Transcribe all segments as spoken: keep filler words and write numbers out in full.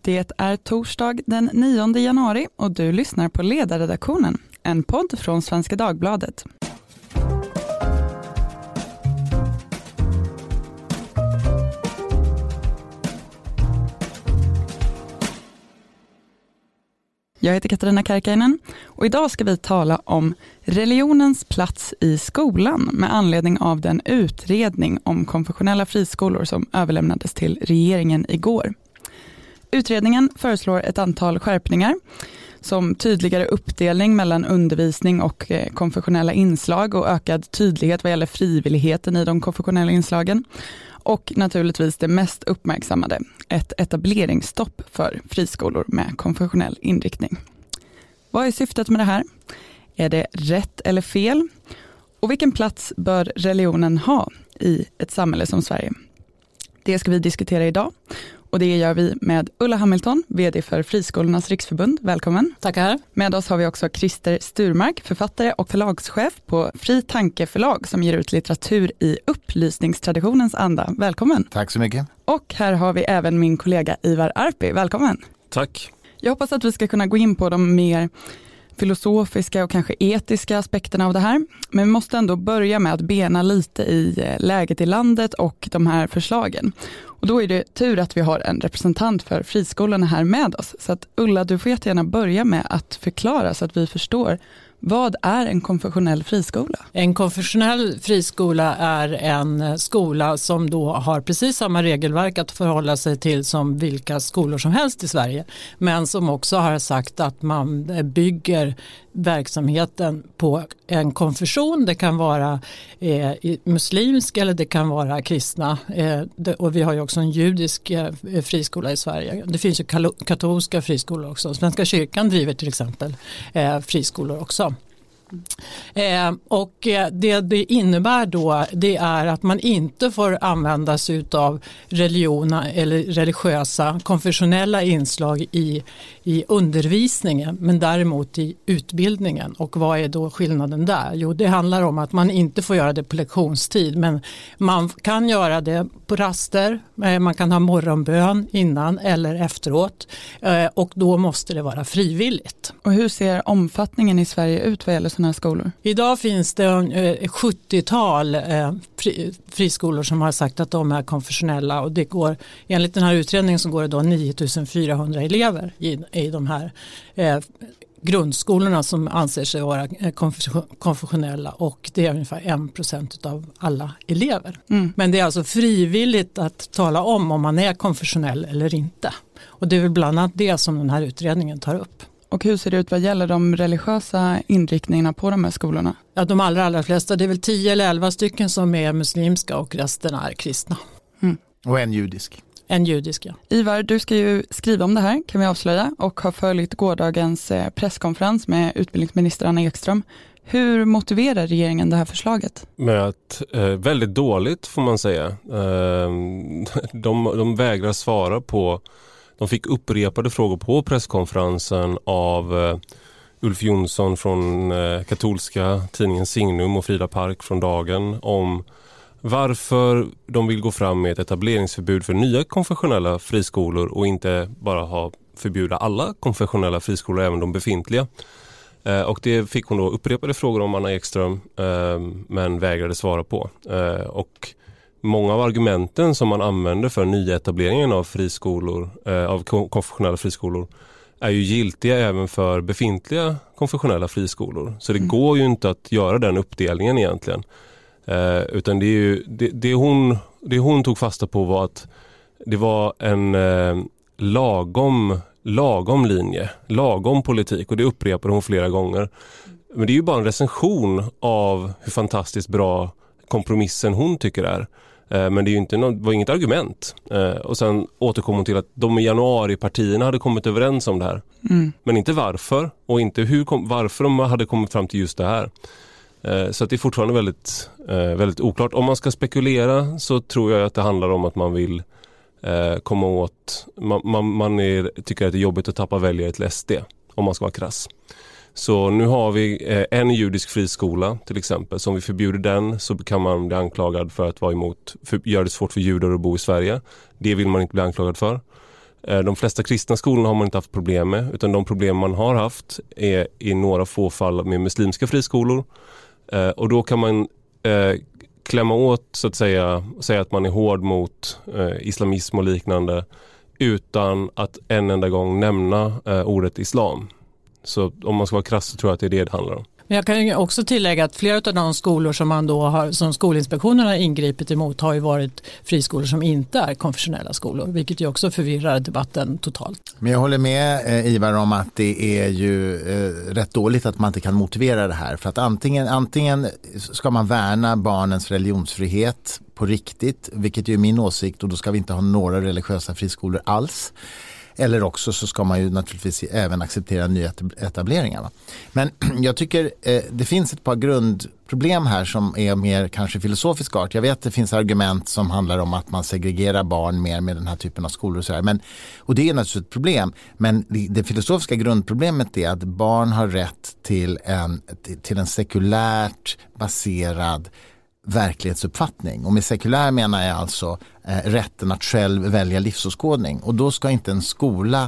Det är torsdag den nionde januari och du lyssnar på Ledarredaktionen, en podd från Svenska Dagbladet. Jag heter Katarina Karkainen och idag ska vi tala om religionens plats i skolan med anledning av den utredning om konfessionella friskolor som överlämnades till regeringen igår. Utredningen föreslår ett antal skärpningar som tydligare uppdelning mellan undervisning och konfessionella inslag och ökad tydlighet vad gäller frivilligheten i de konfessionella inslagen. Och naturligtvis det mest uppmärksammade, ett etableringsstopp för friskolor med konfessionell inriktning. Vad är syftet med det här? Är det rätt eller fel? Och vilken plats bör religionen ha i ett samhälle som Sverige? Det ska vi diskutera idag. Och det gör vi med Ulla Hamilton, vd för Friskolornas riksförbund. Välkommen. Tackar. Med oss har vi också Christer Sturmark, författare och förlagschef på Fri Tanke förlag som ger ut litteratur i upplysningstraditionens anda. Välkommen. Tack så mycket. Och här har vi även min kollega Ivar Arpi. Välkommen. Tack. Jag hoppas att vi ska kunna gå in på de mer filosofiska och kanske etiska aspekterna av det här. Men vi måste ändå börja med att bena lite i läget i landet och de här förslagen. Och då är det tur att vi har en representant för friskolorna här med oss. Så att Ulla, du får jättegärna börja med att förklara så att vi förstår. Vad är en konfessionell friskola? En konfessionell friskola är en skola som då har precis samma regelverk att förhålla sig till som vilka skolor som helst i Sverige. Men som också har sagt att man bygger verksamheten på en konfession. Det kan vara eh, muslimsk eller det kan vara kristna. Eh, det, och vi har ju också en judisk eh, friskola i Sverige. Det finns ju kal- katolska friskolor också. Svenska kyrkan driver till exempel eh, friskolor också. Eh, och det det innebär då det är att man inte får använda sig av religiona eller religiösa konfessionella inslag i, i undervisningen men däremot i utbildningen. Och vad är då skillnaden där? Jo, det handlar om att man inte får göra det på lektionstid men man kan göra det på raster, eh, man kan ha morgonbön innan eller efteråt eh, och då måste det vara frivilligt. Och hur ser omfattningen i Sverige ut vad gäller sådana här skolor? Idag finns det eh, sjuttiotal eh, fri, friskolor som har sagt att de är konfessionella och det går, enligt den här utredningen så går det då nio tusen fyrahundra elever i, i de här eh, grundskolorna som anser sig vara konfessionella och det är ungefär en procent av alla elever. Mm. Men det är alltså frivilligt att tala om om man är konfessionell eller inte. Och det är väl bland annat det som den här utredningen tar upp. Och hur ser det ut vad gäller de religiösa inriktningarna på de här skolorna? Ja, de allra, allra flesta, det är väl tio eller elva stycken som är muslimska och resten är kristna. Mm. Och en judisk. En judisk, ja. Ivar, du ska ju skriva om det här kan vi avslöja och har följt gårdagens presskonferens med utbildningsminister Anna Ekström. Hur motiverar regeringen det här förslaget? Med att, eh, väldigt dåligt får man säga. Eh, de, de vägrar svara på, de fick upprepade frågor på presskonferensen av eh, Ulf Jonsson från eh, katolska tidningen Signum och Frida Park från Dagen om varför de vill gå fram med ett etableringsförbud för nya konfessionella friskolor och inte bara ha förbjuda alla konfessionella friskolor, även de befintliga. Eh, och det fick hon då upprepade frågor om Anna Ekström eh, men vägrade svara på. Eh, och många av argumenten som man använder för nya etableringen av friskolor, eh, av konfessionella friskolor är ju giltiga även för befintliga konfessionella friskolor. Så det mm. går ju inte att göra den uppdelningen egentligen. Eh, utan det är ju det, det, hon, det hon tog fasta på var att det var en eh, lagom, lagom linje, lagom politik och det upprepade hon flera gånger. Men det är ju bara en recension av hur fantastiskt bra kompromissen hon tycker är. Eh, men det är ju inte något, var inget argument. Eh, och sen återkom hon till att de i januari-partierna hade kommit överens om det här. Mm. Men inte varför och inte hur kom, varför de hade kommit fram till just det här. Så att det är fortfarande väldigt, väldigt oklart. Om man ska spekulera så tror jag att det handlar om att man vill komma åt... Man, man, man är, tycker att det är jobbigt att tappa väljare till S D, om man ska vara krass. Så nu har vi en judisk friskola till exempel. Så om vi förbjuder den så kan man bli anklagad för att vara emot... För, göra det svårt för judar att bo i Sverige. Det vill man inte bli anklagad för. De flesta kristna skolorna har man inte haft problem med, utan de problem man har haft är i några få fall med muslimska friskolor. Och då kan man klämma åt, så att säga, säga att man är hård mot islamism och liknande utan att en enda gång nämna ordet islam. Så om man ska vara krass så tror jag att det är det det handlar om. Men jag kan ju också tillägga att flera av de skolor som man då har, som Skolinspektionen har ingripit emot har ju varit friskolor som inte är konfessionella skolor, vilket ju också förvirrar debatten totalt. Men jag håller med eh, Ivar om att det är ju eh, rätt dåligt att man inte kan motivera det här. För att antingen, antingen ska man värna barnens religionsfrihet på riktigt, vilket är min åsikt, och då ska vi inte ha några religiösa friskolor alls. Eller också så ska man ju naturligtvis även acceptera nya etableringar. Va? Men jag tycker eh, det finns ett par grundproblem här som är mer kanske filosofisk art. Jag vet att det finns argument som handlar om att man segregerar barn mer med den här typen av skolor och så här. Men, och det är naturligtvis ett problem. Men det, det filosofiska grundproblemet är att barn har rätt till en, till en sekulärt baserad verklighetsuppfattning. Och med sekulär menar jag alltså eh, rätten att själv välja livsåskådning. Och då ska inte en skola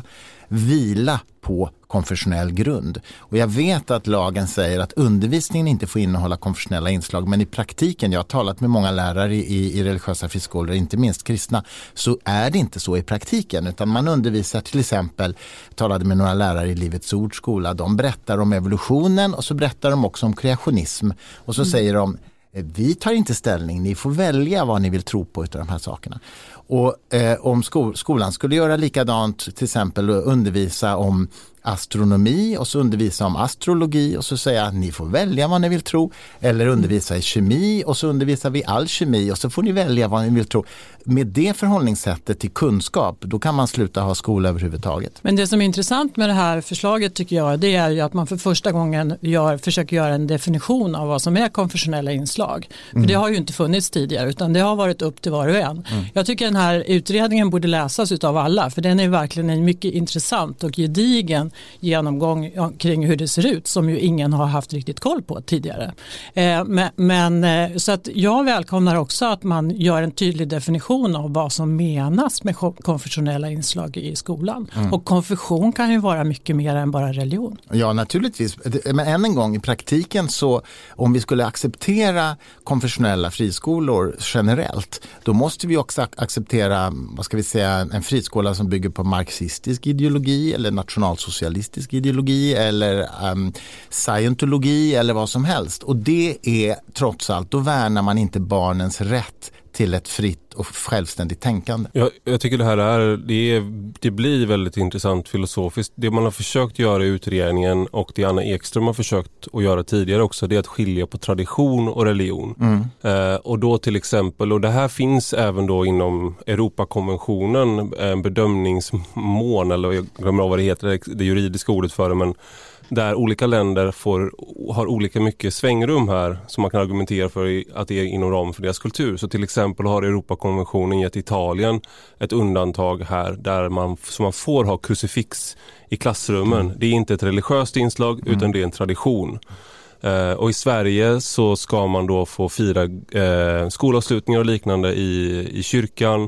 vila på konfessionell grund. Och jag vet att lagen säger att undervisningen inte får innehålla konfessionella inslag, men i praktiken, jag har talat med många lärare i, i religiösa friskolor, inte minst kristna, så är det inte så i praktiken, utan man undervisar till exempel, talade med några lärare i Livets Ords skola, de berättar om evolutionen och så berättar de också om kreationism och så mm. säger de, vi tar inte ställning, ni får välja vad ni vill tro på utav de här sakerna. Och eh, om sko- skolan skulle göra likadant, till exempel undervisa om astronomi och så undervisa om astrologi och så säga att ni får välja vad ni vill tro, eller undervisa i kemi och så undervisar vi all kemi och så får ni välja vad ni vill tro. Med det förhållningssättet till kunskap, då kan man sluta ha skola överhuvudtaget. Men det som är intressant med det här förslaget tycker jag, det är ju att man för första gången gör, försöker göra en definition av vad som är konfessionella inslag. För mm. det har ju inte funnits tidigare, utan det har varit upp till var och en. Mm. Jag tycker den här utredningen borde läsas utav alla, för den är verkligen en mycket intressant och gedigen genomgång kring hur det ser ut, som ju ingen har haft riktigt koll på tidigare. Eh, men, men så att jag välkomnar också att man gör en tydlig definition av vad som menas med konfessionella inslag i skolan. Mm. Och konfession kan ju vara mycket mer än bara religion. Ja, naturligtvis. Men än en gång, i praktiken så, om vi skulle acceptera konfessionella friskolor generellt, då måste vi också acceptera, vad ska vi säga, en friskola som bygger på marxistisk ideologi eller nationalsocialistisk ideologi eller um, scientologi eller vad som helst. Och det är trots allt, då värnar man inte barnens rätt till ett fritt och självständigt tänkande. Ja, jag tycker det här är det, är, det blir väldigt intressant filosofiskt. Det man har försökt göra i utredningen och det Anna Ekström har försökt att göra tidigare också, det är att skilja på tradition och religion. Mm. Eh, och då till exempel, och det här finns även då inom Europakonventionen, en bedömningsmån, eller jag glömmer vad det heter, det juridiska ordet för det, men där olika länder får, har olika mycket svängrum här som man kan argumentera för att det är inom ramen för deras kultur. Så till exempel har Europakonventionen gett Italien ett undantag här där man, så man får ha krucifix i klassrummen. Mm. Det är inte ett religiöst inslag mm. utan det är en tradition. Uh, och i Sverige så ska man då få fira uh, skolavslutningar och liknande i, i kyrkan.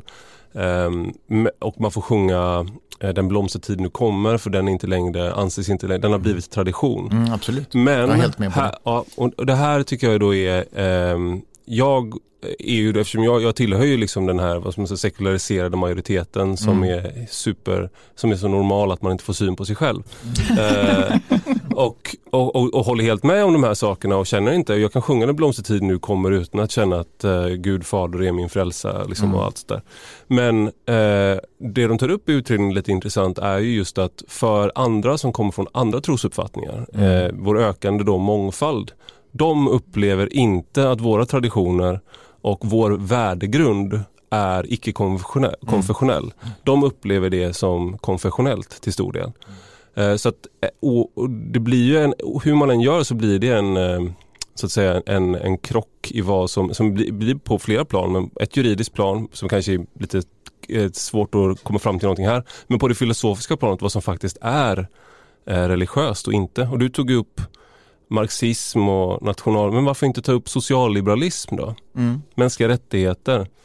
Um, och man får sjunga Den blomstertid nu kommer, för den är inte längre, anses inte längre, den har blivit tradition. Mm, absolut. Men jag är helt med på här, det. Ja, och det här tycker jag då är eh, jag är ju, eftersom jag, jag tillhör ju liksom den här, vad ska man säga, sekulariserade majoriteten som mm. är super, som är så normal att man inte får syn på sig själv. eh, och, och, och, och håller helt med om de här sakerna och känner inte, jag kan sjunga Den blomstertid nu kommer utan att känna att eh, Gud fader är min frälsa liksom, mm. och allt där. Men eh, det de tar upp i utredningen lite intressant är ju just att för andra som kommer från andra trosuppfattningar, mm. eh, vår ökande då mångfald, de upplever inte att våra traditioner och vår värdegrund är icke-konfessionell. Mm. De upplever det som konfessionellt till stor del. Mm. Så att, och, och det blir ju en, hur man än gör så blir det en, så att säga, en, en krock i vad som, som blir, blir på flera plan. Men ett juridiskt plan som kanske är lite svårt att komma fram till någonting här. Men på det filosofiska planet vad som faktiskt är religiöst och inte. Och du tog upp marxism och national, men varför inte ta upp socialliberalism då? Mm. Mänskliga rättigheter.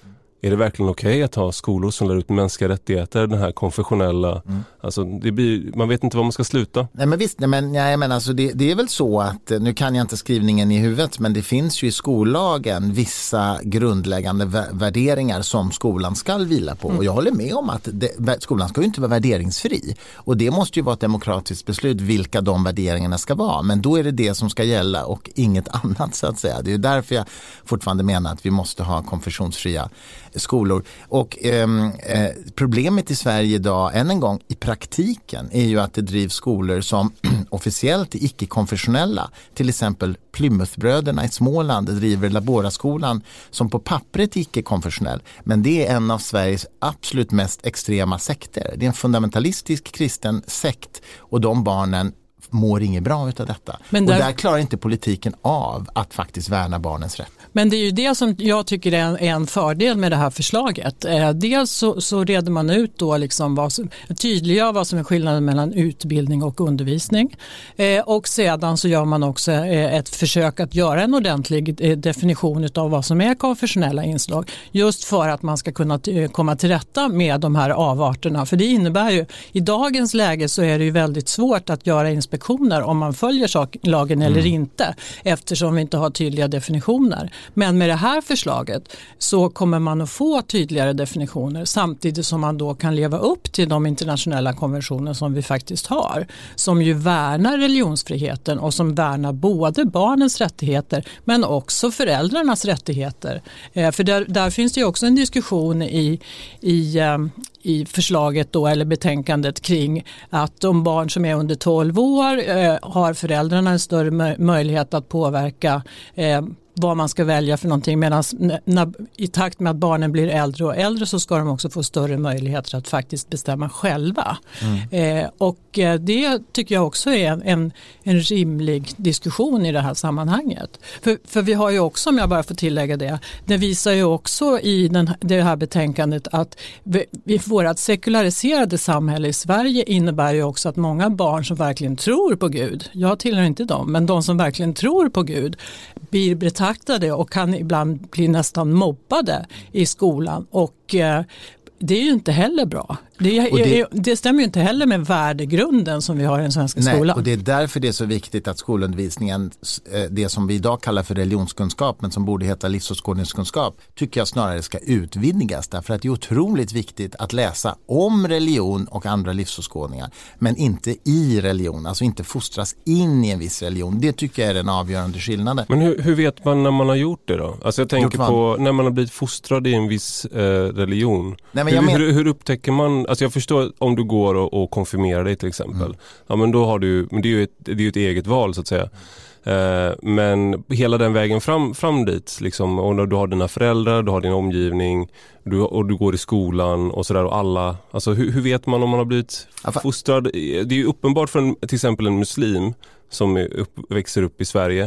är det verkligen okej okay att ha skolor som lär ut mänskliga rättigheter, den här konfessionella, mm. alltså det blir, man vet inte var man ska sluta. Nej men visst, nej, men, nej, men alltså det, det är väl så att, nu kan jag inte skrivningen i huvudet, men det finns ju i skollagen vissa grundläggande vä- värderingar som skolan ska vila på. Mm. Och jag håller med om att det, skolan ska ju inte vara värderingsfri. Och det måste ju vara ett demokratiskt beslut vilka de värderingarna ska vara. Men då är det det som ska gälla och inget annat så att säga. Det är därför jag fortfarande menar att vi måste ha konfessionsfria skolor. Och eh, eh, problemet i Sverige idag, än en gång, i praktiken är ju att det drivs skolor som officiellt är icke-konfessionella. Till exempel Plymouthbröderna i Småland driver Laboraskolan som på pappret är icke-konfessionell. Men det är en av Sveriges absolut mest extrema sekter. Det är en fundamentalistisk kristen sekt och de barnen mår inget bra utav detta. Men där... Och där klarar inte politiken av att faktiskt värna barnens rätt. Men det är ju det som jag tycker är en, är en fördel med det här förslaget. Eh, dels så, så reder man ut då liksom vad som, tydliggör vad som är skillnaden mellan utbildning och undervisning. Eh, och sedan så gör man också eh, ett försök att göra en ordentlig eh, definition av vad som är konfessionella inslag. Just för att man ska kunna t- komma till rätta med de här avarterna. För det innebär ju, i dagens läge så är det ju väldigt svårt att göra inspektioner om man följer sak- lagen eller mm. inte, eftersom vi inte har tydliga definitioner. Men med det här förslaget så kommer man att få tydligare definitioner samtidigt som man då kan leva upp till de internationella konventioner som vi faktiskt har, som ju värnar religionsfriheten och som värnar både barnens rättigheter men också föräldrarnas rättigheter. Eh, för där, där finns det ju också en diskussion i, i eh, i förslaget då, eller betänkandet kring att de barn som är under tolv år eh, har föräldrarna en större mö- möjlighet att påverka eh, vad man ska välja för någonting, medan när, i takt med att barnen blir äldre och äldre så ska de också få större möjligheter att faktiskt bestämma själva. Mm. Eh, och eh, det tycker jag också är en, en, en rimlig diskussion i det här sammanhanget. För, för vi har ju också, om jag bara får tillägga det, det visar ju också i den, det här betänkandet att vi, vi vårt sekulariserade samhälle i Sverige innebär ju också att många barn som verkligen tror på Gud, jag tillhör inte dem, men de som verkligen tror på Gud blir betraktade och kan ibland bli nästan mobbade i skolan, och eh, det är ju inte heller bra. Det, det, det stämmer ju inte heller med värdegrunden som vi har i den svenska nej, skolan. Och det är därför det är så viktigt att skolundervisningen, det som vi idag kallar för religionskunskap men som borde heta livsåskådningskunskap, tycker jag snarare ska utvidgas. Därför att det är otroligt viktigt att läsa om religion och andra livsåskådningar, men inte i religion, alltså inte fostras in i en viss religion. Det tycker jag är den avgörande skillnaden. Men hur, hur vet man när man har gjort det då? Alltså jag tänker på när man har blivit fostrad i en viss eh, religion. Nej, men jag hur, men... hur, hur upptäcker man, alltså jag förstår om du går och, och konfirmerar dig till exempel. Mm. Ja, men då har du, men det är ju ett, det är ju ett eget val så att säga. Eh, men hela den vägen fram, fram dit liksom, och du har dina föräldrar, du har din omgivning, du, och du går i skolan och sådär, och alla, alltså hur, hur vet man om man har blivit fostrad? Det är ju uppenbart för en, till exempel en muslim som är upp, växer upp i Sverige,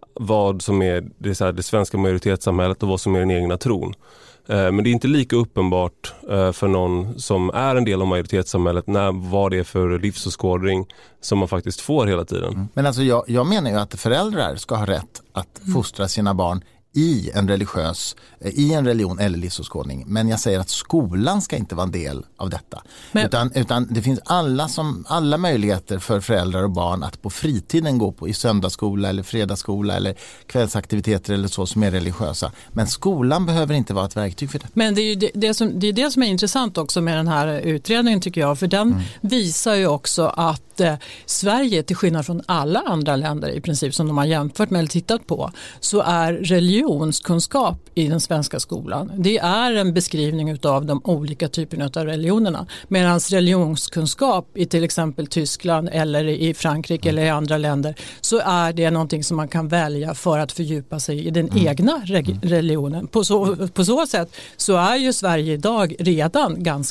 vad som är det, så här, det svenska majoritetssamhället och vad som är den egna tron. Men det är inte lika uppenbart för någon som är en del av majoritetssamhället när, vad det är för livsåskådning som man faktiskt får hela tiden. Mm. Men alltså jag, jag menar ju att föräldrar ska ha rätt att fostra sina barn i en religiös, i en religion eller livsåskådning. Men jag säger att skolan ska inte vara en del av detta. Men... Utan, utan det finns alla, som, alla möjligheter för föräldrar och barn att på fritiden gå på i söndagsskola eller fredagsskola eller kvällsaktiviteter eller så som är religiösa. Men skolan behöver inte vara ett verktyg för det. Men det är ju det, det, som, det, är det som är intressant också med den här utredningen tycker jag. För den mm. visar ju också att eh, Sverige, till skillnad från alla andra länder i princip som de har jämfört med eller tittat på, så är religionskunskap i den svenska skolan. Det är en beskrivning av de olika typerna av religionerna. Medan religionskunskap i till exempel Tyskland eller i Frankrike mm. eller i andra länder, så är det någonting som man kan välja för att fördjupa sig i den mm. egna reg- religionen. På så, på så sätt så är ju Sverige idag redan ganska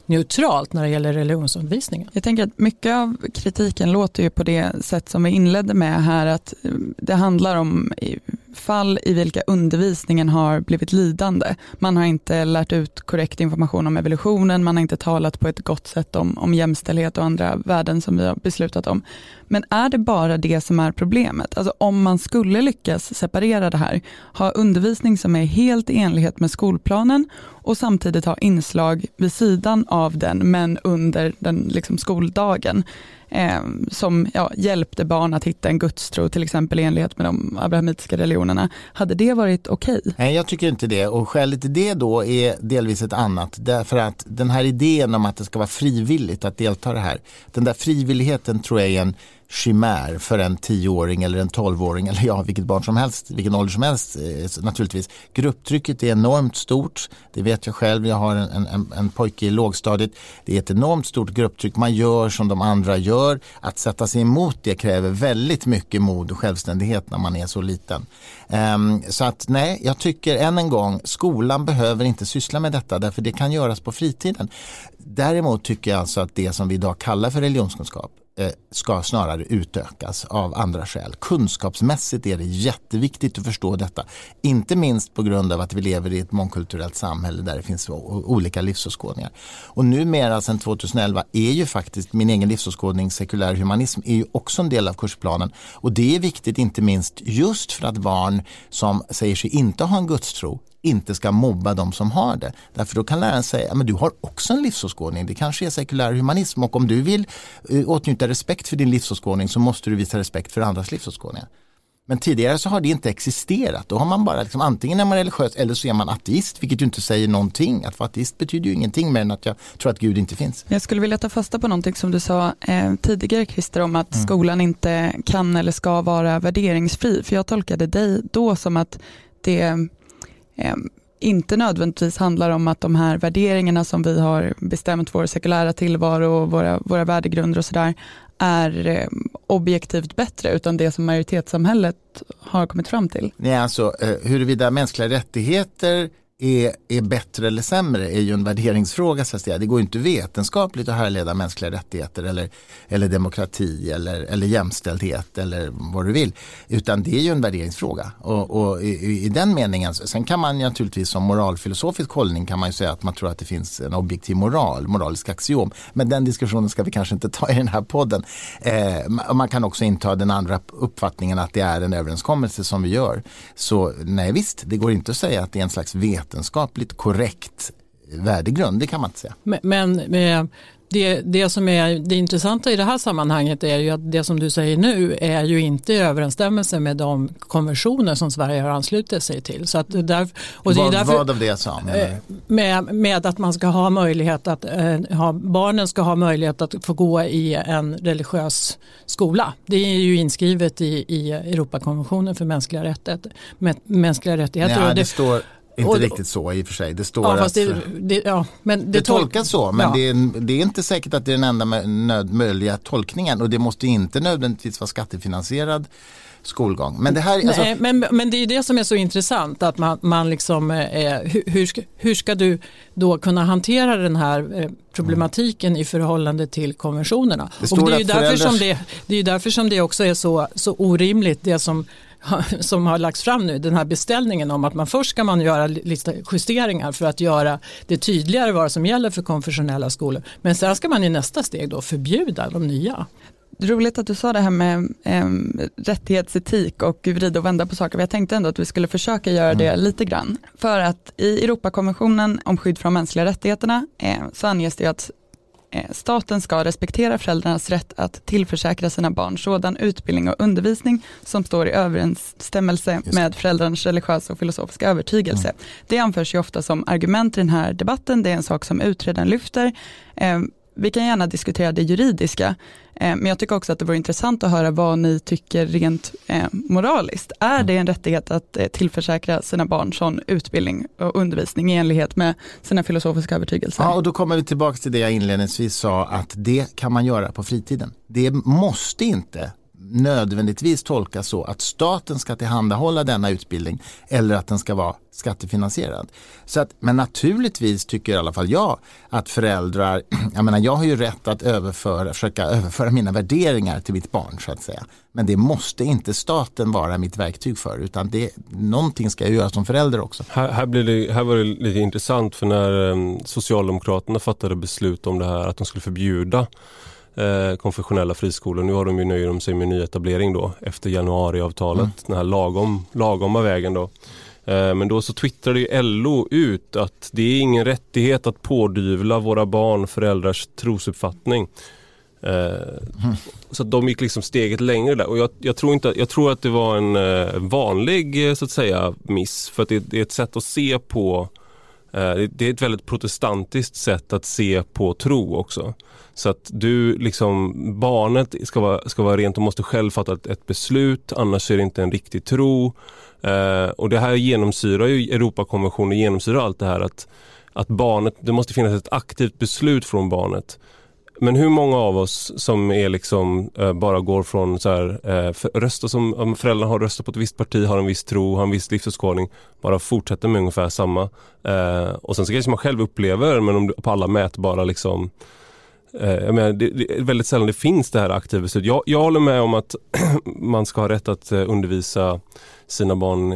neutralt när det gäller religionsundervisningen. Jag tänker att mycket av kritiken låter ju på det sätt som vi inledde med här, att det handlar om fall i vilka undervisningen har blivit lidande. Man har inte lärt ut korrekt information om evolutionen, man har inte talat på ett gott sätt om, om jämställdhet och andra värden som vi har beslutat om. Men är det bara det som är problemet? Alltså om man skulle lyckas separera det här, ha undervisning som är helt i enlighet med skolplanen och samtidigt ha inslag vid sidan av den men under den liksom skoldagen eh, som ja, hjälpte barn att hitta en gudstro till exempel i enlighet med de abrahamitiska religionerna. Hade det varit okej? Okay? Nej, jag tycker inte det, och skälet till det då är delvis ett annat, därför att den här idén om att det ska vara frivilligt att delta i det här, den där frivilligheten tror jag är en chimär för en tioåring eller en tolvåring eller ja, vilket barn som helst, vilken ålder som helst naturligtvis. Grupptrycket är enormt stort, det vet jag själv, jag har en, en, en pojke i lågstadiet, det är ett enormt stort grupptryck, man gör som de andra gör, att sätta sig emot det kräver väldigt mycket mod och självständighet när man är så liten. Um, så att nej, jag tycker än en gång, skolan behöver inte syssla med detta därför det kan göras på fritiden. Däremot tycker jag alltså att det som vi idag kallar för religionskunskap ska snarare utökas av andra skäl. Kunskapsmässigt är det jätteviktigt att förstå detta. Inte minst på grund av att vi lever i ett mångkulturellt samhälle där det finns olika livsåskådningar. Och numera sedan tjugoelva är ju faktiskt min egen livsåskådning, sekulär humanism, är ju också en del av kursplanen. Och det är viktigt inte minst just för att barn som säger sig inte ha en gudstro inte ska mobba de som har det. Därför då kan läraren säga, men du har också en livsåskådning. Det kanske är sekulär humanism och om du vill uh, åtnjuta respekt för din livsåskådning så måste du visa respekt för andras livsåskådningar. Men tidigare så har det inte existerat. Då har man bara liksom, antingen är man religiös eller så är man ateist, vilket ju inte säger någonting. Att vara ateist betyder ju ingenting mer än att jag tror att Gud inte finns. Jag skulle vilja ta fasta på någonting som du sa eh, tidigare, Christer, om att mm. skolan inte kan eller ska vara värderingsfri. För jag tolkade dig då som att det Eh, inte nödvändigtvis handlar om att de här värderingarna som vi har bestämt vår sekulära tillvaro och våra, våra värdegrunder och sådär är eh, objektivt bättre, utan det som majoritetssamhället har kommit fram till. Nej, alltså eh, huruvida mänskliga rättigheter är, är bättre eller sämre är ju en värderingsfråga, så att säga. Det går inte vetenskapligt att härleda mänskliga rättigheter eller, eller demokrati eller, eller jämställdhet eller vad du vill, utan det är ju en värderingsfråga och, och i, i den meningen, sen kan man naturligtvis som moralfilosofisk hållning kan man ju säga att man tror att det finns en objektiv moral, moralisk axiom, men den diskussionen ska vi kanske inte ta i den här podden. Eh, man kan också inta den andra uppfattningen att det är en överenskommelse som vi gör, så nej visst, det går inte att säga att det är en slags vetenskapligt korrekt värdegrund, det kan man inte säga. Men, men det, det som är det intressanta i det här sammanhanget är ju att det som du säger nu är ju inte i överensstämmelse med de konventioner som Sverige har anslutit sig till. Så att där, och det vad, är därför, vad av det sa med, med att man ska ha möjlighet att eh, ha, barnen ska ha möjlighet att få gå i en religiös skola. Det är ju inskrivet i, i Europakonventionen för mänskliga rättigheter. Med, mänskliga rättigheter. Nej, och det, det står inte och, riktigt så i och för sig. Det står ja, att det, det, ja, men det, det tolkas så, men ja. det, är, det är inte säkert att det är den enda nöd, möjliga tolkningen och det måste inte nödvändigtvis vara skattefinansierad skolgång. Men det här, alltså... Nej, men, men det är det som är så intressant, att man, man liksom, eh, hur, hur, ska, hur ska du då kunna hantera den här eh, problematiken mm. i förhållande till konventionerna? Det och det är ju därför, förälders... som det, det är därför som det också är så, så orimligt det som som har lagts fram nu, den här beställningen om att man först ska man göra lite justeringar för att göra det tydligare vad som gäller för konfessionella skolor. Men sen ska man i nästa steg då förbjuda de nya. Roligt att du sa det här med eh, rättighetsetik och vrida och vända på saker. Jag tänkte ändå att vi skulle försöka göra det mm. lite grann. För att i Europakonventionen om skydd för de mänskliga rättigheterna eh, så anges det att staten ska respektera föräldrarnas rätt att tillförsäkra sina barn sådan utbildning och undervisning som står i överensstämmelse med föräldrarnas religiösa och filosofiska övertygelse. Mm. Det anförs ju ofta som argument i den här debatten. Det är en sak som utredaren lyfter. Eh, vi kan gärna diskutera det juridiska, eh, men jag tycker också att det vore intressant att höra vad ni tycker rent eh, moraliskt. Är mm. det en rättighet att eh, tillförsäkra sina barn sån utbildning och undervisning i enlighet med sina filosofiska övertygelser? Ja, och då kommer vi tillbaka till det jag inledningsvis sa, att det kan man göra på fritiden. Det måste inte nödvändigtvis tolkas så att staten ska tillhandahålla denna utbildning eller att den ska vara skattefinansierad. Så att, men naturligtvis tycker i alla fall jag att föräldrar, jag menar jag har ju rätt att överföra, försöka överföra mina värderingar till mitt barn så att säga. Men det måste inte staten vara mitt verktyg för, utan det, någonting ska jag göra som förälder också. Här, här, blir det, här var det lite intressant, för när um, Socialdemokraterna fattade beslut om det här att de skulle förbjuda eh, konfessionella friskolor. Nu har de ju nöjer de sig med nyetablering då efter januariavtalet, mm. den här lagom, lagomma vägen då. Eh, men då så twittrade ju L O ut att det är ingen rättighet att pådyvla våra barn föräldrars trosuppfattning. Mm. Så att de gick liksom steget längre där, och jag, jag, tror inte, jag tror att det var en uh, vanlig så att säga miss, för att det, det är ett sätt att se på uh, det är ett väldigt protestantiskt sätt att se på tro också, så att du liksom, barnet ska vara, ska vara rent och måste själv fatta ett, ett beslut, annars är det inte en riktig tro, uh, och det här genomsyrar ju Europakonventionen, genomsyrar allt det här att, att barnet, det måste finnas ett aktivt beslut från barnet. Men hur många av oss som är liksom eh, bara går från så här, eh, för, rösta som om föräldrarna har röstat på ett visst parti, har en viss tro, har en viss livsåskådning, bara fortsätter med ungefär samma. Eh, och sen så kanske man själv upplever, men om, på alla mätbara liksom, eh, jag menar, det, det är väldigt sällan det finns det här aktiva beslut. Jag, jag håller med om att man ska ha rätt att eh, undervisa sina barn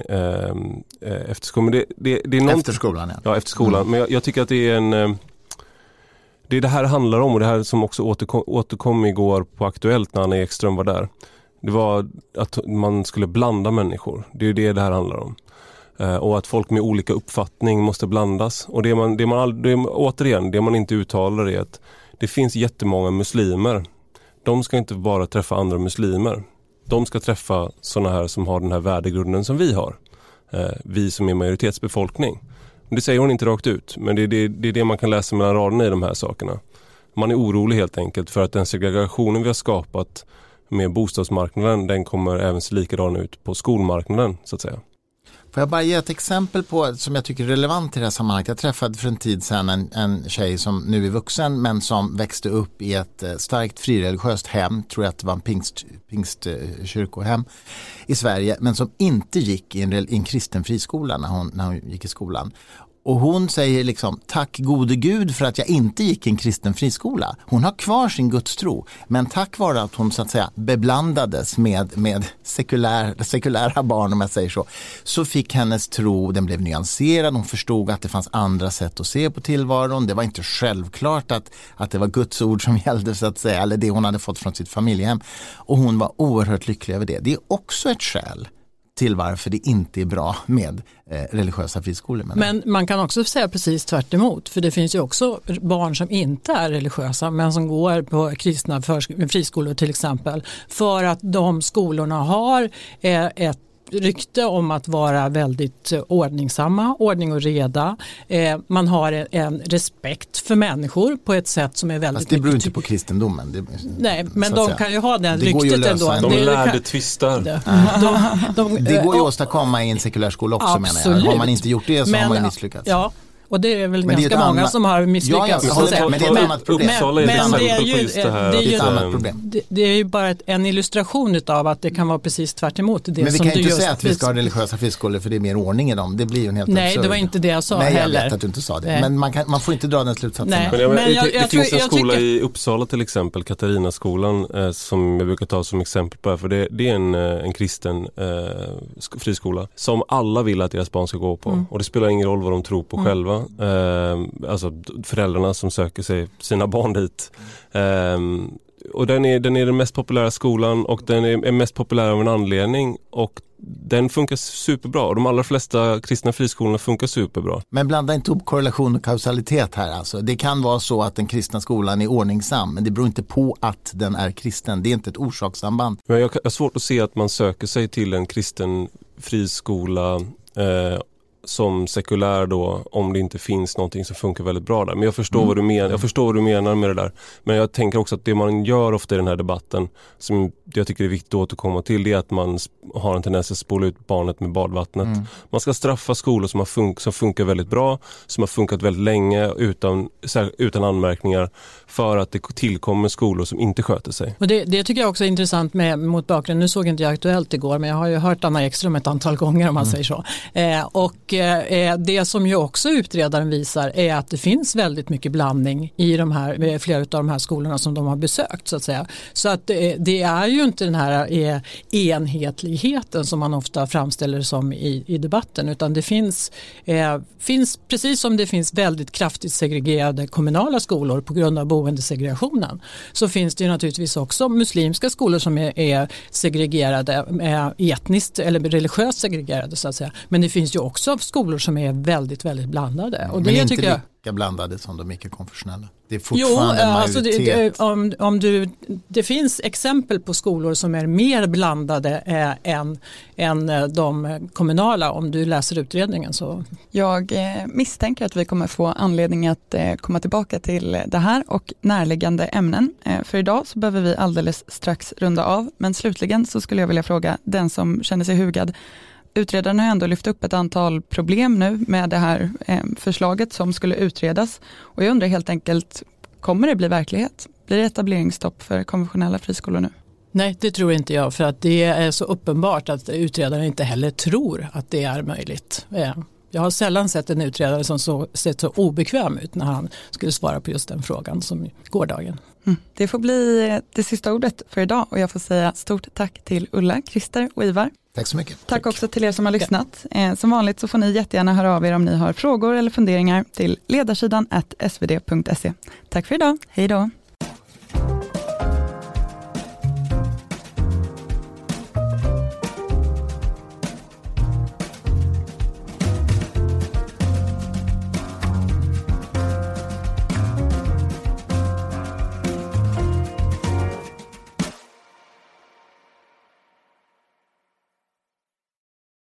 eh, efter skolan. Men det, det, det är någon... Efter skolan, ja. Ja, efter skolan. Mm. Men jag, jag tycker att det är en... Eh, Det är det här handlar om, och det här som också återkom, återkom igår på Aktuellt när Anna Ekström var där. Det var att man skulle blanda människor. Det är det det här handlar om. Eh, och att folk med olika uppfattning måste blandas. Och det man, det man, det, återigen, det man inte uttalar är att det finns jättemånga muslimer. De ska inte bara träffa andra muslimer. De ska träffa sådana här som har den här värdegrunden som vi har. Eh, vi som är majoritetsbefolkning. Det säger hon inte rakt ut, men det är det, det är det man kan läsa mellan raderna i de här sakerna. Man är orolig helt enkelt för att den segregationen vi har skapat med bostadsmarknaden, den kommer även se likadan ut på skolmarknaden så att säga. Får jag bara ge ett exempel på som jag tycker är relevant i det här sammanhanget. Jag träffade för en tid sedan en, en tjej som nu är vuxen men som växte upp i ett starkt frireligiöst hem, tror jag att det var en pingst, pingstkyrkohem i Sverige, men som inte gick i en, i en kristen friskola när hon, när hon gick i skolan. Och hon säger liksom, tack gode Gud för att jag inte gick i en kristen friskola. Hon har kvar sin gudstro, men tack vare att hon så att säga beblandades med, med sekulär, sekulära barn, om jag säger så, så fick hennes tro, den blev nyanserad. Hon förstod att det fanns andra sätt att se på tillvaron. Det var inte självklart att, att det var Guds ord som gällde så att säga, eller det hon hade fått från sitt familjehem. Och hon var oerhört lycklig över det. Det är också ett skäl till varför det inte är bra med eh, religiösa friskolor. Men man kan också säga precis tvärt emot, för det finns ju också barn som inte är religiösa men som går på kristna förs- friskolor till exempel, för att de skolorna har eh, ett rykte om att vara väldigt ordningsamma, ordning och reda. Eh, man har en, en respekt för människor på ett sätt som är väldigt... Fast det beror inte på kristendomen. Det, nej, men de kan ju ha den det ryktet ändå. De det, lärde kan, tvistar. Det, de, de, det går ju att åstadkomma i en sekulär skola också, absolut. Menar jag. Har man inte gjort det så men, har man misslyckats. Ja. Och det är väl men ganska många annan... som har misslyckats. Ja, ja, ja, men det är ett annat problem. Men, men, men det är ju, det här, det är ju ett annat problem. Det, det är ju bara ett, en illustration av att det kan vara precis tvärt emot det. Men vi som kan du inte just säga att vi ska ha religiösa friskolor för det är mer ordning i dem. Det blir ju en helt Nej, absurd. det var inte det jag sa Nej, heller. jag vet att du inte sa det. Nej. Men man, kan, man får inte dra den slutsatsen. Nej. Men jag, men jag, jag, det jag, finns jag, en skola tycker... i Uppsala till exempel, Katarinaskolan, eh, som jag brukar ta som exempel på. För det, det är en, en kristen eh, friskola som alla vill att deras barn ska gå på. Mm. Och det spelar ingen roll vad de tror på mm. själva. Eh, alltså föräldrarna som söker sig sina barn dit. Um, och den är, den är den mest populära skolan och den är, är mest populär av en anledning och den funkar superbra och de allra flesta kristna friskolorna funkar superbra. Men blanda inte upp korrelation och kausalitet här alltså. Det kan vara så att den kristna skolan är ordningsam, men det beror inte på att den är kristen. Det är inte ett orsakssamband. Men jag har svårt att se att man söker sig till en kristen friskola eh, som sekulär då om det inte finns någonting som funkar väldigt bra där. Men jag förstår, Mm. vad, du men, jag förstår vad du menar med det där. Men jag tänker också att det man gör ofta i den här debatten som jag tycker är viktigt att återkomma till, det är att man har en tendens att spola ut barnet med badvattnet. Mm. Man ska straffa skolor som, har fun- som funkar väldigt bra, som har funkat väldigt länge utan, utan anmärkningar, för att det tillkommer skolor som inte sköter sig. Och det, det tycker jag också är intressant med, mot bakgrund. Nu såg inte jag Aktuellt igår, men jag har ju hört Anna Ekström ett antal gånger om man mm. säger så. Eh, och eh, det som ju också utredaren visar är att det finns väldigt mycket blandning i de här, flera av de här skolorna som de har besökt så att säga. Så att eh, det är ju inte den här eh, enhetligheten som man ofta framställer som i, i debatten, utan det finns, eh, finns, precis som det finns väldigt kraftigt segregerade kommunala skolor på grund av boendesegregationen, så finns det ju naturligtvis också muslimska skolor som är, är segregerade, är etniskt eller religiöst segregerade så att säga. Men det finns ju också skolor som är väldigt, väldigt blandade. Och det men inte tycker jag... lika blandade som de icke-konfessionella. Det är fortfarande jo, en alltså det, majoritet. det, om, om du, det finns exempel på skolor som är mer blandade eh, än, än de kommunala, om du läser utredningen. Så. Jag eh, misstänker att vi kommer få anledning att eh, komma tillbaka till det här och närliggande ämnen. Eh, för idag så behöver vi alldeles strax runda av, men slutligen så skulle jag vilja fråga den som känner sig hugad. Utredaren har ändå lyft upp ett antal problem nu med det här eh, förslaget som skulle utredas. Och jag undrar helt enkelt, kommer det bli verklighet? Blir det etableringsstopp för konventionella friskolor nu? Nej, det tror inte jag, för att det är så uppenbart att utredaren inte heller tror att det är möjligt. Jag har sällan sett en utredare som så, sett så obekväm ut när han skulle svara på just den frågan som gårdagen. Mm. Det får bli det sista ordet för idag och jag får säga stort tack till Ulla, Christer och Ivar. Tack så mycket. Tack, tack också till er som har lyssnat. Eh, som vanligt så får ni jättegärna höra av er om ni har frågor eller funderingar till ledarsidan at svd punkt se. Tack för idag. Hej då.